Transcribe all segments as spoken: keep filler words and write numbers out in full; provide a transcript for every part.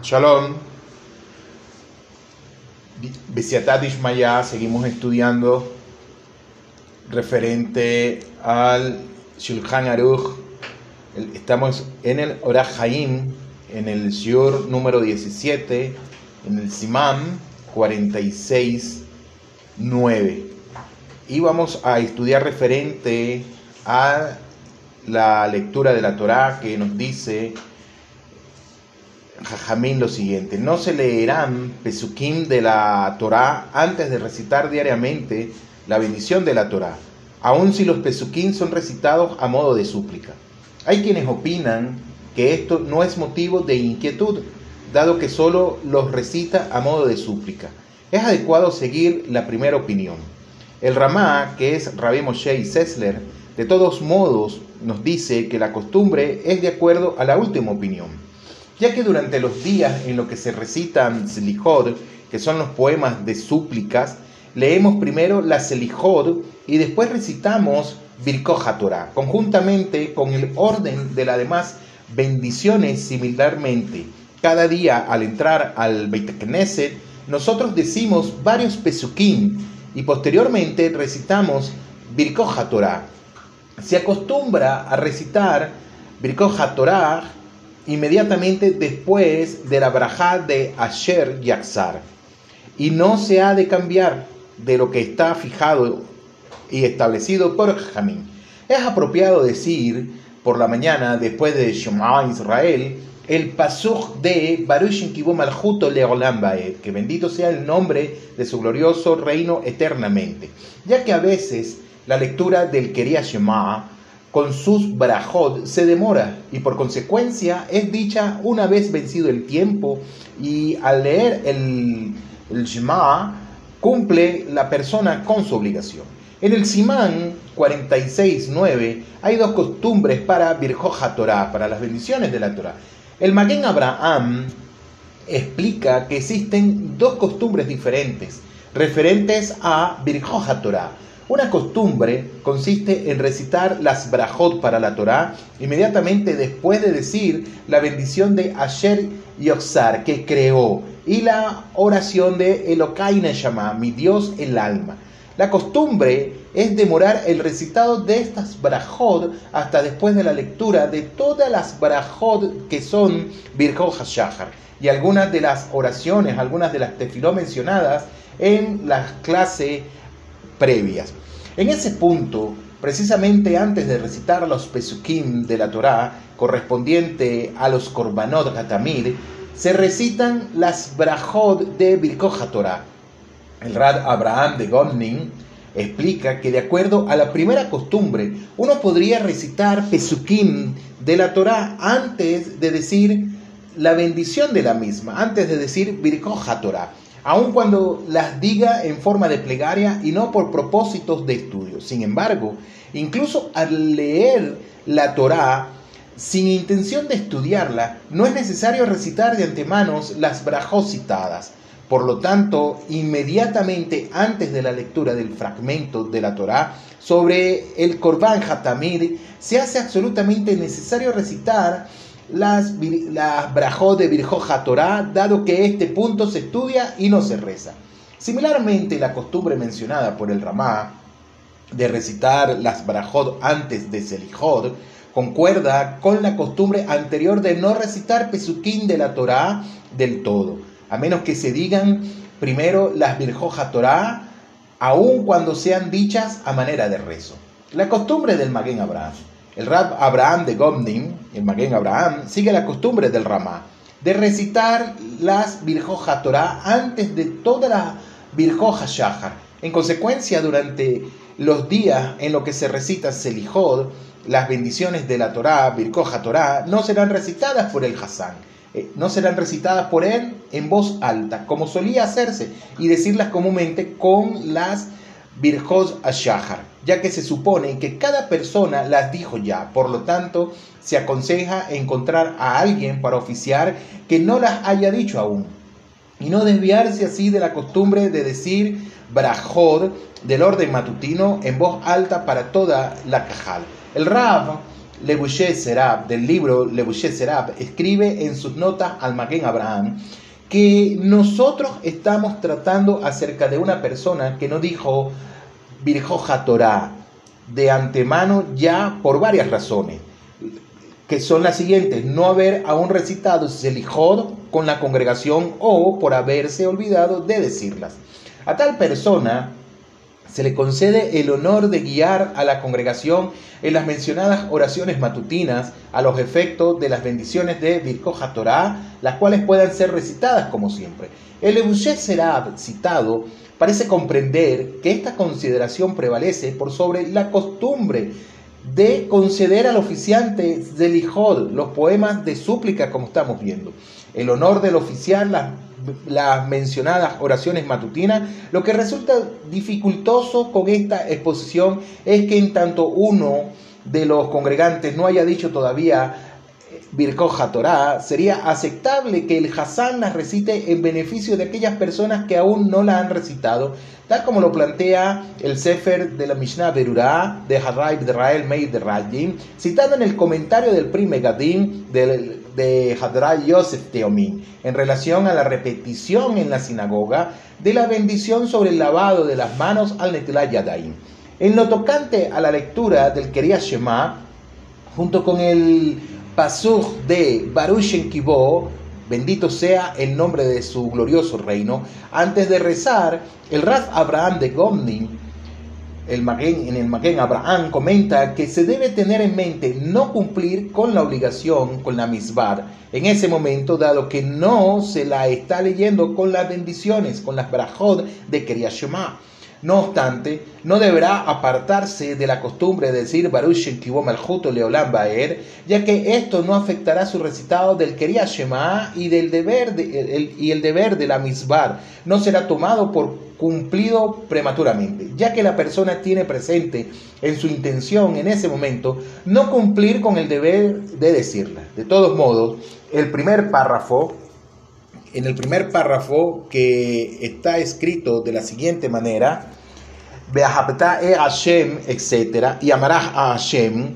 Shalom. Besiatat Ishmaya, seguimos estudiando referente al Shulchan Aruch. Estamos en el Orach Haim, en el Shiur número diecisiete, en el Simán cuarenta y seis nueve. Y vamos a estudiar referente a la lectura de la Torá, que nos dice Jajamín lo siguiente: no se leerán pesukim de la Torá antes de recitar diariamente la bendición de la Torá, aun si los pesukim son recitados a modo de súplica. Hay quienes opinan que esto no es motivo de inquietud, dado que solo los recita a modo de súplica. Es adecuado seguir la primera opinión. El Ramá, que es Rabbi Moshe Sessler, de todos modos nos dice que la costumbre es de acuerdo a la última opinión, ya que durante los días en los que se recitan Selijot, que son los poemas de súplicas, leemos primero la Selijot y después recitamos Birkot HaTorah, conjuntamente con el orden de las demás bendiciones. Similarmente, cada día al entrar al Beit Knesset, nosotros decimos varios pesukim y posteriormente recitamos Birkot HaTorah. Se acostumbra a recitar Birkot HaTorah inmediatamente después de la brajá de Asher Yaxar, y no se ha de cambiar de lo que está fijado y establecido por Jajamín. Es apropiado decir por la mañana, después de Shema Israel, el pasuk de Baruch Kibo Malchuto Leolam Baed, que bendito sea el nombre de su glorioso reino eternamente, ya que a veces la lectura del Quería Shema con sus brajot se demora y por consecuencia es dicha una vez vencido el tiempo, y al leer el, el Shema cumple la persona con su obligación. En el Simán cuarenta y seis nueve hay dos costumbres para Birkot HaTorah, para las bendiciones de la Torah. El Maguen Abraham explica que existen dos costumbres diferentes referentes a Birkot HaTorah. Una costumbre consiste en recitar las brajot para la Torá inmediatamente después de decir la bendición de Asher Yaxar, que creó, y la oración de Elokai Neshama, mi Dios el alma. La costumbre es demorar el recitado de estas brajot hasta después de la lectura de todas las brajot que son Birkot HaShachar y algunas de las oraciones, algunas de las tefilot mencionadas en las clases previas. En ese punto, precisamente antes de recitar los pesukim de la Torá correspondiente a los korbanot hatamid, se recitan las brajot de Birkot HaTorah. El Rad Abraham de Gomnin explica que de acuerdo a la primera costumbre, uno podría recitar pesukim de la Torá antes de decir la bendición de la misma, antes de decir Birkot HaTorah, aun cuando las diga en forma de plegaria y no por propósitos de estudio. Sin embargo, incluso al leer la Torá sin intención de estudiarla, no es necesario recitar de antemano las brajot citadas. Por lo tanto, inmediatamente antes de la lectura del fragmento de la Torá sobre el Korban Hatamid, se hace absolutamente necesario recitar las, las brajot de Birkot HaTorah, dado que este punto se estudia y no se reza. Similarmente, la costumbre mencionada por el Ramá de recitar las brajot antes de Selijot concuerda con la costumbre anterior de no recitar pesukim de la Torá del todo, a menos que se digan primero las Birkot HaTorah, aun cuando sean dichas a manera de rezo. La costumbre del Maguen Abraham. El Rab Abraham de Gomnin, el Maguen Abraham, sigue la costumbre del Ramá de recitar las Birkot HaTorah antes de toda la Birkot HaShachar. En consecuencia, durante los días en los que se recita Selijot, las bendiciones de la Torá, Birkot HaTorah, no serán recitadas por el Hasan, eh, no serán recitadas por él en voz alta, como solía hacerse, y decirlas comúnmente con las Birkot HaShachar, ya que se supone que cada persona las dijo ya. Por lo tanto, se aconseja encontrar a alguien para oficiar que no las haya dicho aún, y no desviarse así de la costumbre de decir brajot del orden matutino en voz alta para toda la cajal. El Rab Le Boucher Serap, del libro Le Boucher Serap, escribe en sus notas al Maguen Abraham que nosotros estamos tratando acerca de una persona que no dijo Birjó HaTorah de antemano ya por varias razones, que son las siguientes: no haber aún recitado Selijot con la congregación o por haberse olvidado de decirlas. A tal persona se le concede el honor de guiar a la congregación en las mencionadas oraciones matutinas a los efectos de las bendiciones de Birjó HaTorah, las cuales puedan ser recitadas como siempre. El Le Boucher Serap citado parece comprender que esta consideración prevalece por sobre la costumbre de conceder al oficiante Selijot, los poemas de súplica, como estamos viendo. El honor del oficiar las, las mencionadas oraciones matutinas. Lo que resulta dificultoso con esta exposición es que en tanto uno de los congregantes no haya dicho todavía Birjó HaTorah, sería aceptable que el Hasan las recite en beneficio de aquellas personas que aún no la han recitado, tal como lo plantea el Sefer de la Mishnah Berurah de Harraib de Rael Meir de Rajim, citado en el comentario del Pri Megadim de, de Hadray Yosef Teomin, en relación a la repetición en la sinagoga de la bendición sobre el lavado de las manos al Netilat Yadayim. En lo tocante a la lectura del Kriyat Shema, junto con el Pasuj de Baruch Shem Kibo, bendito sea el nombre de su glorioso reino, antes de rezar, el Rav Abraham de Gomnin, el Maguen, en el Maguen Abraham, comenta que se debe tener en mente no cumplir con la obligación, con la misbar, en ese momento, dado que no se la está leyendo con las bendiciones, con las brajot de Kriyat Shema. No obstante, no deberá apartarse de la costumbre de decir Baruch Shem Kibo Malchuto Leolam Baer, ya que esto no afectará su recitado del Kriyat Shema y, del deber de, el, y el deber de la misbar no será tomado por cumplido prematuramente, ya que la persona tiene presente en su intención en ese momento no cumplir con el deber de decirla. De todos modos, el primer párrafo En el primer párrafo, que está escrito de la siguiente manera, Be'ahavta e Hashem, etcétera, y amarás a Hashem,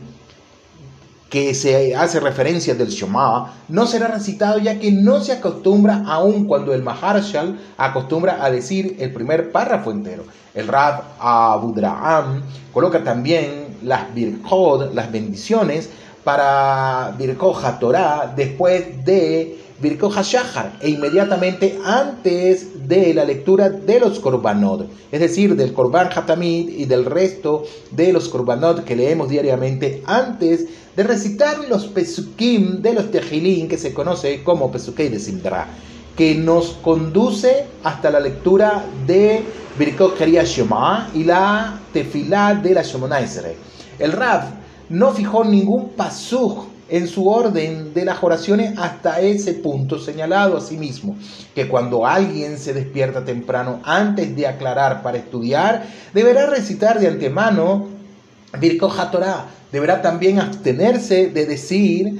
que se hace referencia del Shema, no será recitado, ya que no se acostumbra, aun cuando el Maharshal acostumbra a decir el primer párrafo entero. El Rav Abudraham coloca también las birjot, las bendiciones, para Birjó HaTorah después de Birjó HaShachar e inmediatamente antes de la lectura de los Korbanot, es decir, del Korban Hatamid y del resto de los Korbanot que leemos diariamente antes de recitar los Pesukim de los Tejilín, que se conoce como Pesukei de Simdra, que nos conduce hasta la lectura de Birjot Kriyat Shema y la Tefilá de la Shemona Esrei. El Rav no fijó ningún pasuj en su orden de las oraciones hasta ese punto, señalado a sí mismo, que cuando alguien se despierta temprano antes de aclarar para estudiar, deberá recitar de antemano Birjó HaTorah. Deberá también abstenerse de decir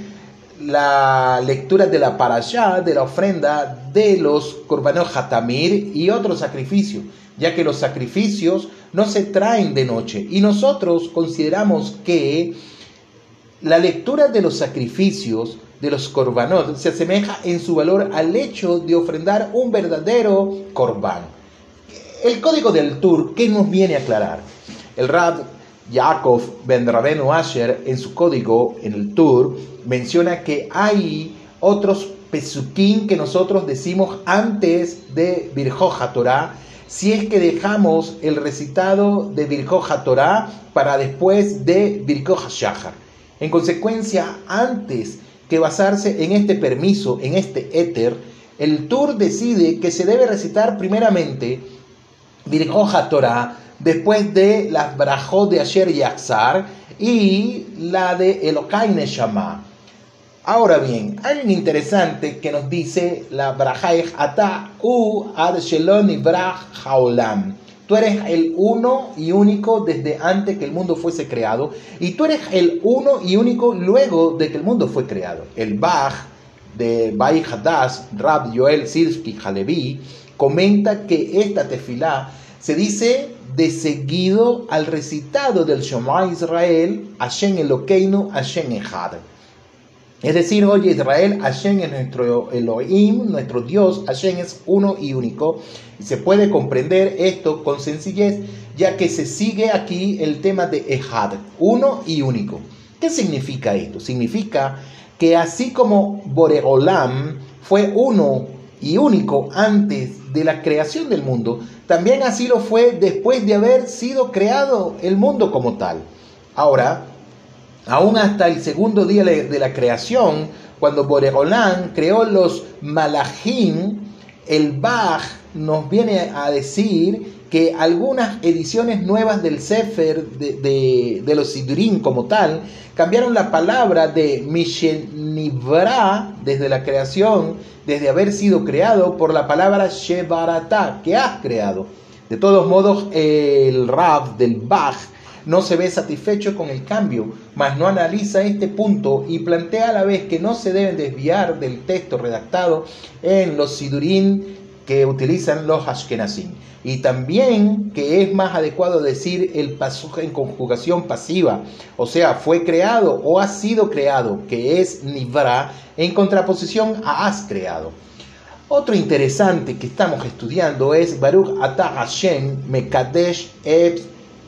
la lectura de la parashá, de la ofrenda, de los Korbanot Hatamid y otros sacrificios, ya que los sacrificios no se traen de noche, y nosotros consideramos que la lectura de los sacrificios de los Korbanot se asemeja en su valor al hecho de ofrendar un verdadero Korban. El código del Tur, ¿qué nos viene a aclarar? El Rav Yaakov ben Rabenu Asher, en su código, en el Tur, menciona que hay otros pesukim que nosotros decimos antes de Birjó HaTorah, si es que dejamos el recitado de Birjó HaTorah para después de Birjó HaShachar. En consecuencia, antes que basarse en este permiso, en este éter, el Tur decide que se debe recitar primeramente Birjó HaTorah, después de las brajot de Asher y Axar y la de Elokai Neshama. Ahora bien, hay algo interesante que nos dice la brajá Ata u ad shelon ibrach haolam. Tú eres el uno y único desde antes que el mundo fuese creado, y tú eres el uno y único luego de que el mundo fue creado. El Baj de Bai Hadash, Rab Yoel Sirsky Halevi, comenta que esta tefilá se dice de seguido al recitado del Shema Israel, Hashem Elokeinu, Hashem Echad. Es decir, oye Israel, Hashem es nuestro Elohim, nuestro Dios, Hashem es uno y único. Y se puede comprender esto con sencillez, ya que se sigue aquí el tema de Echad, uno y único. ¿Qué significa esto? Significa que así como Borei Olam fue uno y único antes de la creación del mundo, también así lo fue después de haber sido creado el mundo como tal. Ahora, aún hasta el segundo día de la creación, cuando Borei Olam creó los Malachim, el Baj nos viene a decir que algunas ediciones nuevas del Sefer de, de, de los Sidurim como tal cambiaron la palabra de Mishenivra, desde la creación, desde haber sido creado, por la palabra Shebarata, que has creado. De todos modos, el Rav del Baj no se ve satisfecho con el cambio, mas no analiza este punto y plantea a la vez que no se deben desviar del texto redactado en los Sidurim que utilizan los Ashkenazim, y también que es más adecuado decir el pasuj en conjugación pasiva, o sea, fue creado o ha sido creado, que es Nivra, en contraposición a has creado. Otro interesante que estamos estudiando es Baruch Ata Hashem Mekadesh et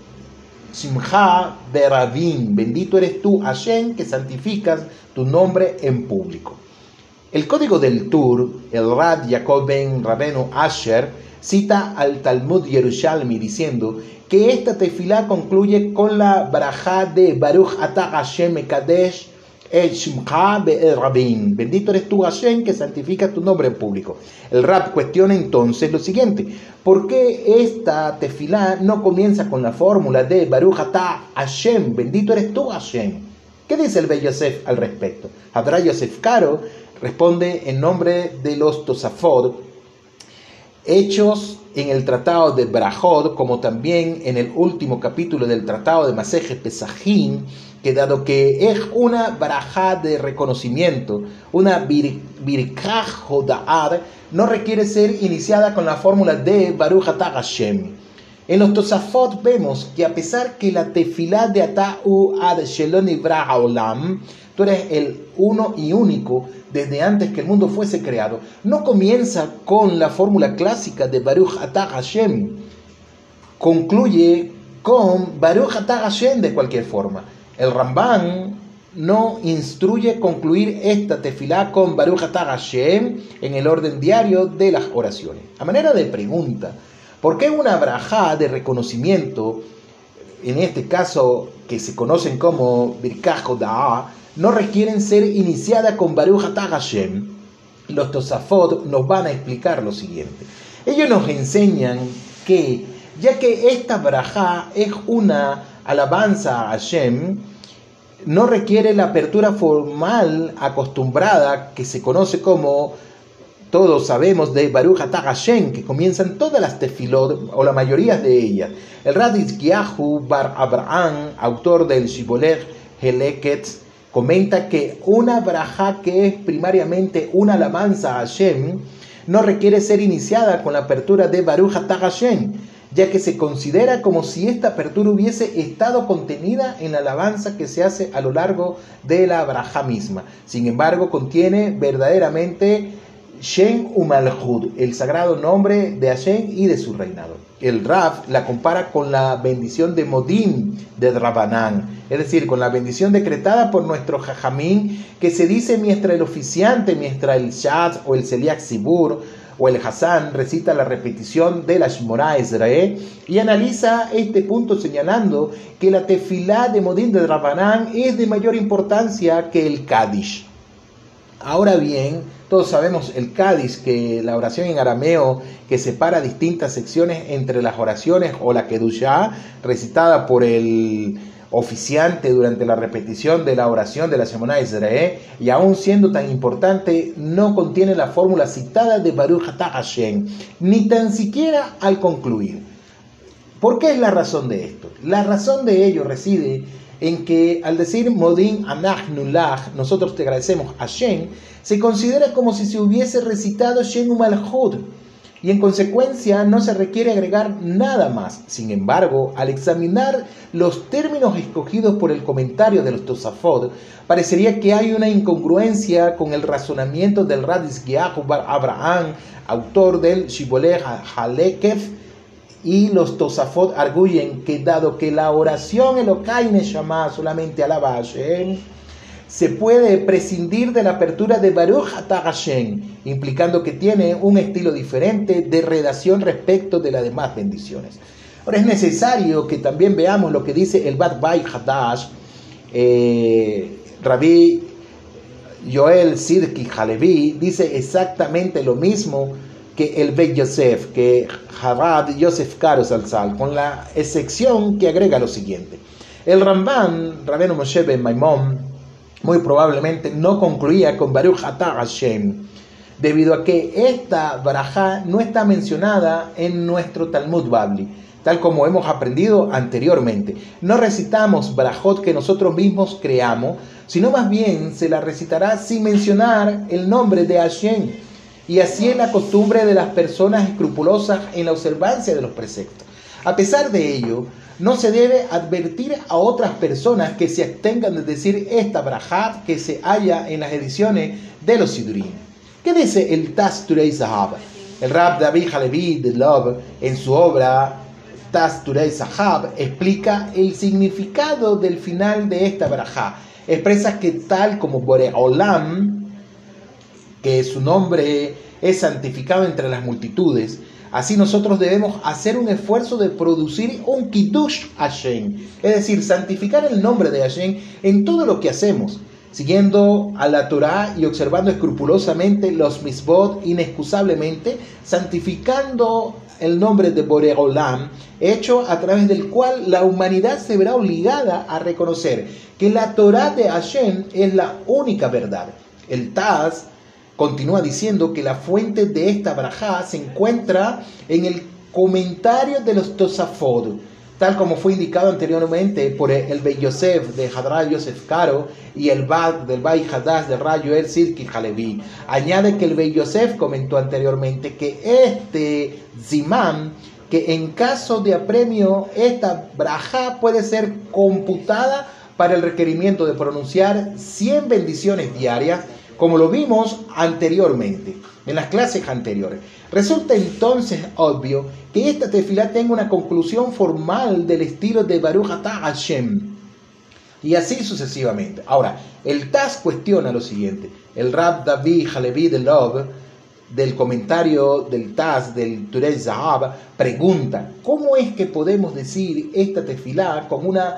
Simcha Berabim. Bendito eres tú, Hashem, que santificas tu nombre en público. El código del Tur, el Rad Yaakov ben Rabenu Asher, cita al Talmud Yerushalmi diciendo que esta tefilá concluye con la barajá de Baruch Ata Hashem Mekadesh et Shimcha Berabim. Bendito eres tú, Hashem, que santifica tu nombre en público. El Rab cuestiona entonces lo siguiente: ¿por qué esta tefilá no comienza con la fórmula de Baruch Ata Hashem, bendito eres tú, Hashem? ¿Qué dice el Bey Yosef al respecto? Hadra Yosef Karo responde en nombre de los Tosafot, hechos en el tratado de Brajot, como también en el último capítulo del tratado de Masejet Pesajim, que dado que es una barajá de reconocimiento, una birkah hoda'ad, no requiere ser iniciada con la fórmula de Baruch Ata Hashem. En los Tosafot vemos que a pesar que la tefilá de Ata'u ad shelo nivra haolam, tú eres el uno y único desde antes que el mundo fuese creado, no comienza con la fórmula clásica de Baruch Ata Hashem, concluye con Baruch Ata Hashem de cualquier forma. El Ramban no instruye concluir esta tefilá con Baruch Ata Hashem en el orden diario de las oraciones. A manera de pregunta, ¿por qué una brajá de reconocimiento, en este caso que se conocen como Birkah Hoda'ah, no requieren ser iniciadas con Baruch Ata Hashem? Los Tosafot nos van a explicar lo siguiente. Ellos nos enseñan que, ya que esta brajá es una alabanza a Hashem, no requiere la apertura formal acostumbrada que se conoce como, todos sabemos, de Baruch Ata Hashem, que comienzan todas las tefilot, o la mayoría de ellas. El Rad Hizkiyahu bar Abraham, autor del Shibolech Heleket, comenta que una brajá que es primariamente una alabanza a Hashem no requiere ser iniciada con la apertura de Baruch Ata Hashem, ya que se considera como si esta apertura hubiese estado contenida en la alabanza que se hace a lo largo de la brajá misma. Sin embargo, contiene verdaderamente Shem Umalchut, el sagrado nombre de Hashem y de su reinado. El Rav la compara con la bendición de Modim de Drabanan, es decir, con la bendición decretada por nuestro Jajamín, que se dice mientras el oficiante, mientras el Shad o el Seliach Sibur o el Hassan recita la repetición de la Shmorá Ezrae, y analiza este punto señalando que la tefilá de Modim de Drabanan es de mayor importancia que el Kadish. Ahora bien, todos sabemos el Cádiz, que la oración en arameo que separa distintas secciones entre las oraciones, o la Kedushá, recitada por el oficiante durante la repetición de la oración de la Shemona Ezrae, y aún siendo tan importante, no contiene la fórmula citada de Baruch Ata Hashem, ni tan siquiera al concluir. ¿Por qué es la razón de esto? La razón de ello reside en que al decir Modim Anachnu Lach, nosotros te agradecemos a Hashem, se considera como si se hubiese recitado Shem Umalchut, y en consecuencia no se requiere agregar nada más. Sin embargo, al examinar los términos escogidos por el comentario de los Tosafot, parecería que hay una incongruencia con el razonamiento del Rav Hizkiyahu bar Abraham, autor del Shibolech HaLekef, y los Tosafot arguyen que dado que la oración Elokai Neshama solamente alaba a Hashem, se puede prescindir de la apertura de Baruch Atah Hashem, implicando que tiene un estilo diferente de redacción respecto de las demás bendiciones. Ahora es necesario que también veamos lo que dice el Bat Bait Hadash, eh, Rabbi Yoel Sidki Halevi, dice exactamente lo mismo que el Beit Yosef, que Harad Yosef Karo Zalzal, con la excepción que agrega lo siguiente. El Ramban, Rabbeinu Moshe ben Maimon, muy probablemente no concluía con Baruch Atah Hashem, debido a que esta barajá no está mencionada en nuestro Talmud Babli, tal como hemos aprendido anteriormente. No recitamos barajot que nosotros mismos creamos, sino más bien se la recitará sin mencionar el nombre de Hashem, y así es la costumbre de las personas escrupulosas en la observancia de los preceptos. A pesar de ello, no se debe advertir a otras personas que se abstengan de decir esta brajá que se halla en las ediciones de los Sidurim. ¿Qué dice el Taz Turei Zahab? El Rab David Halevi de Love, en su obra Taz Turei Zahab, explica el significado del final de esta brajá. Expresa que tal como Borei Olam, que su nombre es santificado entre las multitudes, así nosotros debemos hacer un esfuerzo de producir un Kiddush Hashem, es decir, santificar el nombre de Hashem en todo lo que hacemos, siguiendo a la Torah y observando escrupulosamente los mitzvot inexcusablemente, santificando el nombre de Borei Olam, hecho a través del cual la humanidad se verá obligada a reconocer que la Torah de Hashem es la única verdad. El Taz continúa diciendo que la fuente de esta brajá se encuentra en el comentario de los Tosafot, tal como fue indicado anteriormente por el Beit Yosef de Hadra Yosef Karo y el Bad del Bait Hadash de Rabbi Yoel Sidki Halevi. Añade que el Beit Yosef comentó anteriormente que este Zimam, que en caso de apremio esta brajá puede ser computada para el requerimiento de pronunciar cien bendiciones diarias, como lo vimos anteriormente, en las clases anteriores. Resulta entonces obvio que esta tefilá tenga una conclusión formal del estilo de Baruch Atah Hashem, y así sucesivamente. Ahora, el Taz cuestiona lo siguiente. El Rab David Halevi de Love, del comentario del Taz del Turei Zahab, pregunta, ¿cómo es que podemos decir esta tefilá con una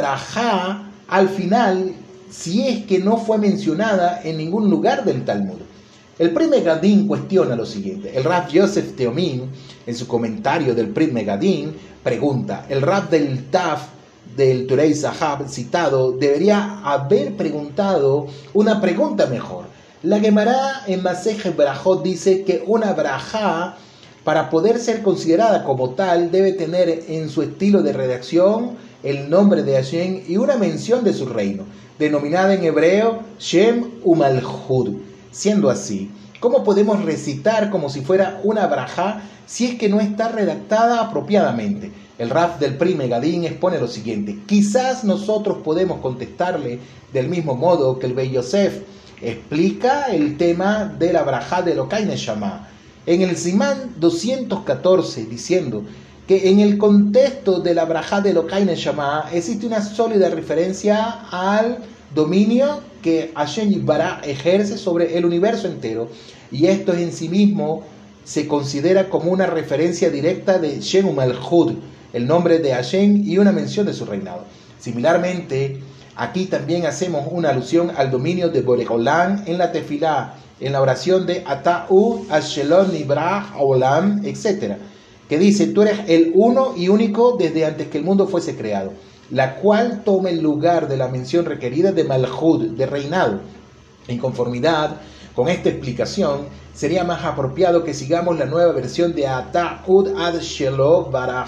brajá al final, si es que no fue mencionada en ningún lugar del Talmud? El Pri Megadim cuestiona lo siguiente. El Rab Yosef Teomin, en su comentario del Pri Megadim, pregunta, el Rab del Taf del Turei Zahab citado debería haber preguntado una pregunta mejor. La Gemara en Masej Brajot dice que una brajá, para poder ser considerada como tal, debe tener en su estilo de redacción el nombre de Hashem y una mención de su reino, denominada en hebreo Shem Umalhud. Siendo así, ¿cómo podemos recitar como si fuera una brajá si es que no está redactada apropiadamente? El Raf del Pri Megadim expone lo siguiente. Quizás nosotros podemos contestarle del mismo modo que el Beit Yosef explica el tema de la brajá de Elokai Neshama en el Simán doscientos catorce, diciendo que en el contexto de la brajá de Elokai Neshama existe una sólida referencia al dominio que Hashem Yitbaraj ejerce sobre el universo entero, y esto en sí mismo se considera como una referencia directa de Shem Umalhud, el nombre de Hashem y una mención de su reinado. Similarmente, aquí también hacemos una alusión al dominio de Borei Olam en la tefilá, en la oración de Ata'u Ashelon Nibrach Olam, etcétera, que dice, tú eres el uno y único desde antes que el mundo fuese creado, la cual toma el lugar de la mención requerida de Malhud, de reinado. En conformidad con esta explicación, sería más apropiado que sigamos la nueva versión de Ata'ud Ad Shelo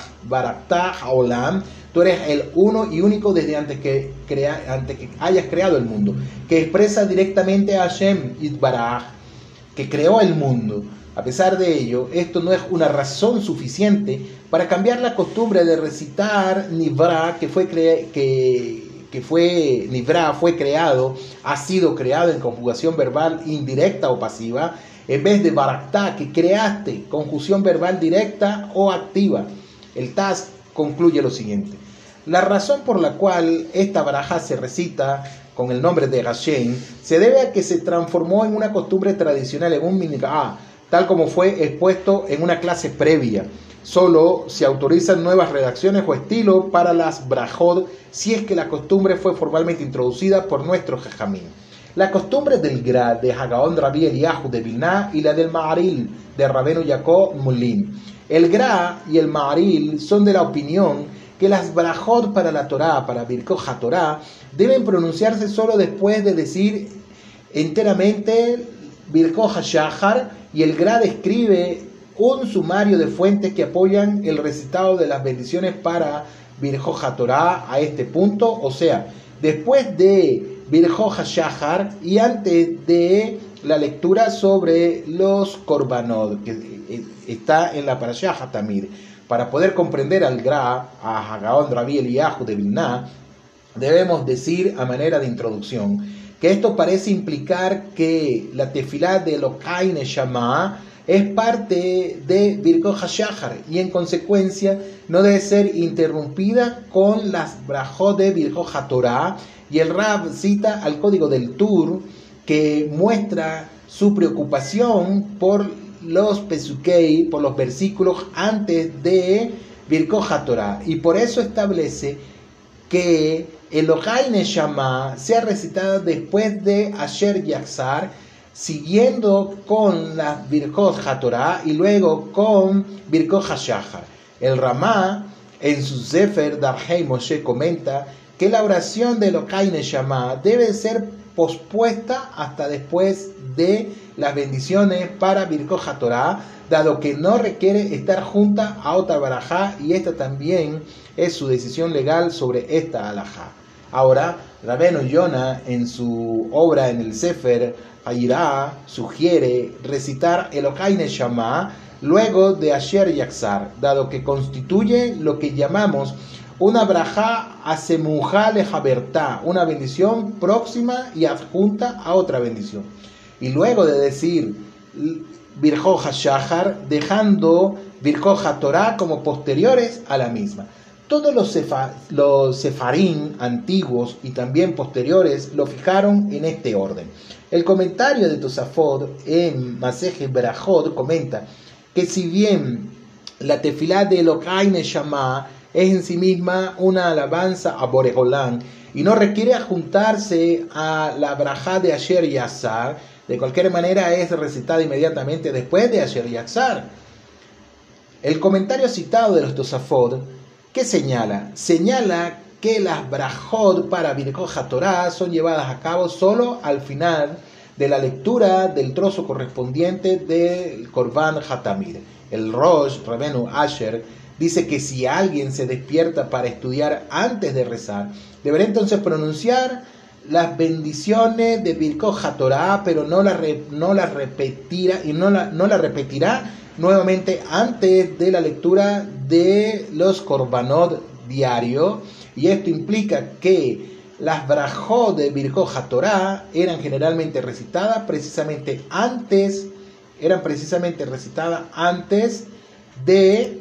Baratah Olam, tú eres el uno y único desde antes que, crea, antes que hayas creado el mundo, que expresa directamente a Hashem Yitbaraj, que creó el mundo. A pesar de ello, esto no es una razón suficiente para cambiar la costumbre de recitar Nivra, que fue, cre que, que fue, Nivra fue creado, ha sido creado en conjugación verbal indirecta o pasiva, en vez de Baraktá, que creaste, conjunción verbal directa o activa. El Taz concluye lo siguiente: la razón por la cual esta barajá se recita con el nombre de Hashem se debe a que se transformó en una costumbre tradicional, en un minhag, tal como fue expuesto en una clase previa. Solo se autorizan nuevas redacciones o estilos para las brajot si es que la costumbre fue formalmente introducida por nuestro jajamín. La costumbre del Gra de Hagaón Rabbi Eliyahu de Vilna y la del Ma'aril de Rabenu Yaakov Mulin. El Gra y el Ma'aril son de la opinión que las brajot para la Torá, para Birkot HaTorá, deben pronunciarse solo después de decir enteramente Birkot HaShahar, y el Gra describe un sumario de fuentes que apoyan el recitado de las bendiciones para Birkot HaTorá a este punto, o sea, después de Birkot HaShahar y antes de la lectura sobre los Korbanot, que está en la Parashá Hatamid. Para poder comprender al Gra, a Hagaón Rabbi Eliyahu de Vilna, debemos decir a manera de introducción que esto parece implicar que la tefilá de Elokai Neshama es parte de Birkot HaShahar y en consecuencia no debe ser interrumpida con las brajot de Birkot HaTorá, y el Rab cita al código del Tur que muestra su preocupación por los pesukei, por los versículos antes de Birkot HaTorá, y por eso establece que Elokai Neshama sea recitada después de Asher Yaxar, siguiendo con las Birkot HaTorá y luego con Birkot HaShahar. El Ramá en su Sefer Darhei Moshe comenta que la oración de Elokai Neshama debe ser pospuesta hasta después de las bendiciones para Birkot HaTorá, dado que no requiere estar junta a otra barajá, y esta también es su decisión legal sobre esta alajá. Ahora, Rabenu Yonah en su obra en el Sefer Hayirá sugiere recitar Elokai Neshama luego de Asher Yaxar, dado que constituye lo que llamamos una brajá asemujá lejabertá, una bendición próxima y adjunta a otra bendición. Y luego de decir Birkot HaShahar, dejando Birkot HaTorá como posteriores a la misma. Todos los, sefa, los sefarín antiguos y también posteriores lo fijaron en este orden. El comentario de Tosafot en Masejet Berajot comenta que si bien la tefilá de Elokai Neshama es en sí misma una alabanza a Boreolán y no requiere adjuntarse a la brajá de Asher Yaxar, de cualquier manera es recitada inmediatamente después de Asher Yaxar. El comentario citado de los Tosafot, ¿qué señala? Señala que las brajot para Birkot HaTorá son llevadas a cabo solo al final de la lectura del trozo correspondiente del Korban Hatamid. El Rosh, Rabenu Asher, dice que si alguien se despierta para estudiar antes de rezar, deberá entonces pronunciar las bendiciones de Birkot HaTorá, pero no la, re, no la repetirá y no la, no la repetirá nuevamente antes de la lectura de los Korbanot diario, y esto implica que las brajot de Birkot HaTorá eran generalmente recitadas precisamente antes, eran precisamente recitadas antes de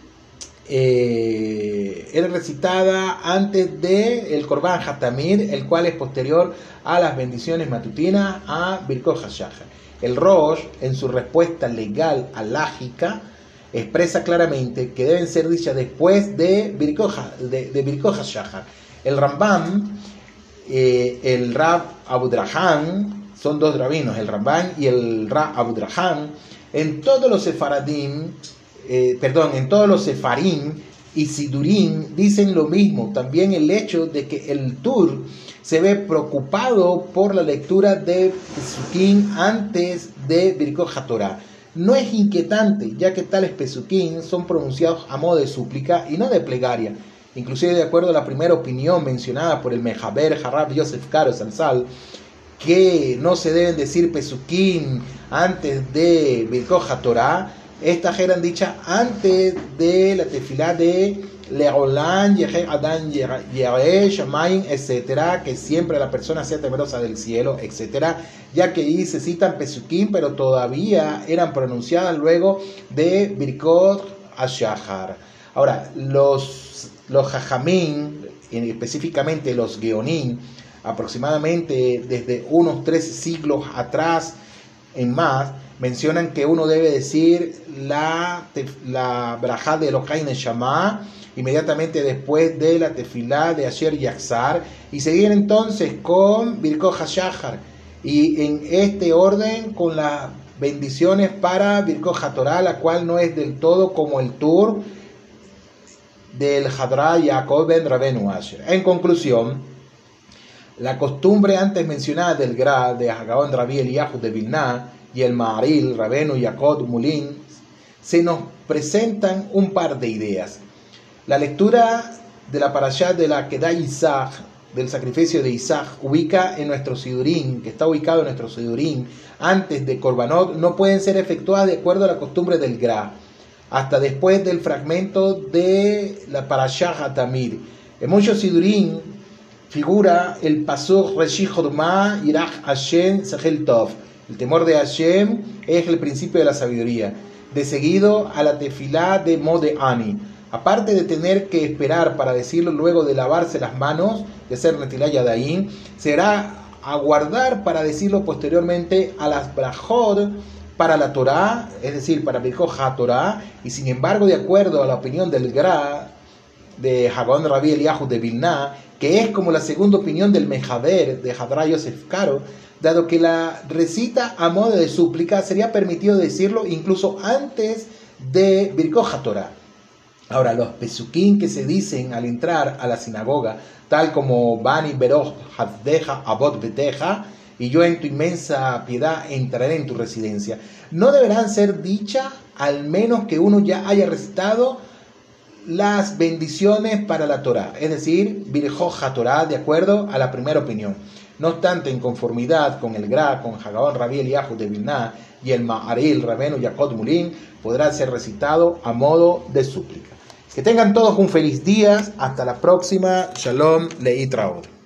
Eh, era recitada antes de el Korban Hatamid, el cual es posterior a las bendiciones matutinas a Birkot HaShahar. El Rosh, en su respuesta legal alágica, expresa claramente que deben ser dichas después de Birkot, de, de Birkot HaShahar. El Rambam, eh, el Rab Abudrahan, son dos rabinos, el Rambam y el Rab Abudrahan, en todos los sefaradim, Eh, perdón, en todos los sefarim y sidurim dicen lo mismo. También el hecho de que el Tur se ve preocupado por la lectura de Pesukim antes de Birkot HaTorá no es inquietante, ya que tales Pesukim son pronunciados a modo de súplica y no de plegaria. Inclusive, de acuerdo a la primera opinión mencionada por el Mejaber Harab Yosef Karo Salsal, que no se deben decir pesukim antes de Birkot HaTorah, estas eran dichas antes de la tefilá de Leolam, Yehe Adán, Yereh, Shamayim, etcétera, que siempre la persona sea temerosa del cielo, etcétera, ya que ahí se citan pesukim, pero todavía eran pronunciadas luego de Birkot HaShahar. Ahora, los, los Jajamín, específicamente los Geonim, aproximadamente desde unos tres siglos atrás en más, mencionan que uno debe decir la, la brajá de Elokai Neshama inmediatamente después de la tefilá de Asher Yaxar y seguir entonces con Birkot HaShahar y en este orden con las bendiciones para Birkot HaTorah, la cual no es del todo como el tour del Hadra Yaakov ben Rabenu Asher. En conclusión, la costumbre antes mencionada del Gra de Hagaón Rabbi Eliyahu de Vilna y el Ma'aril Rabenu Yaakov Mulin se nos presentan un par de ideas. La lectura de la parashá de la Kedah Isaac, del sacrificio de Isaac, ubica en nuestro Sidurín, que está ubicado en nuestro Sidurín, antes de Korbanot, no pueden ser efectuadas de acuerdo a la costumbre del Gra, hasta después del fragmento de la parashá Hatamid. En muchos Sidurín figura el pasuk Reshi Chodma Yirach Hashem Sechel Tov. El temor de Hashem es el principio de la sabiduría. De seguido a la tefilá de Mode Ani. Aparte de tener que esperar para decirlo luego de lavarse las manos, de hacer Netilat Yadayim, será aguardar para decirlo posteriormente a las brajot para la Torah, es decir, para Birkot HaTorah, y sin embargo, de acuerdo a la opinión del Gra, de Hagaón Rabbi Eliyahu de Vilna, que es como la segunda opinión del Mejaber de Hadra Yosef Karo, dado que la recita a modo de súplica, sería permitido decirlo incluso antes de Birkot HaTorah. Ahora, los pesukim que se dicen al entrar a la sinagoga, tal como Bani Beroch Haddeja Abot Beteja, y yo en tu inmensa piedad entraré en tu residencia, no deberán ser dichas al menos que uno ya haya recitado las bendiciones para la Torah, es decir, Birkot HaTorah, de acuerdo a la primera opinión. No obstante, en conformidad con el Gra, con Hagaón Rabbi Eliyahu de Vilna y el Ma'aril Rabenu Yaakov Mulin, podrá ser recitado a modo de súplica. Que tengan todos un feliz día. Hasta la próxima. Shalom Leitraot.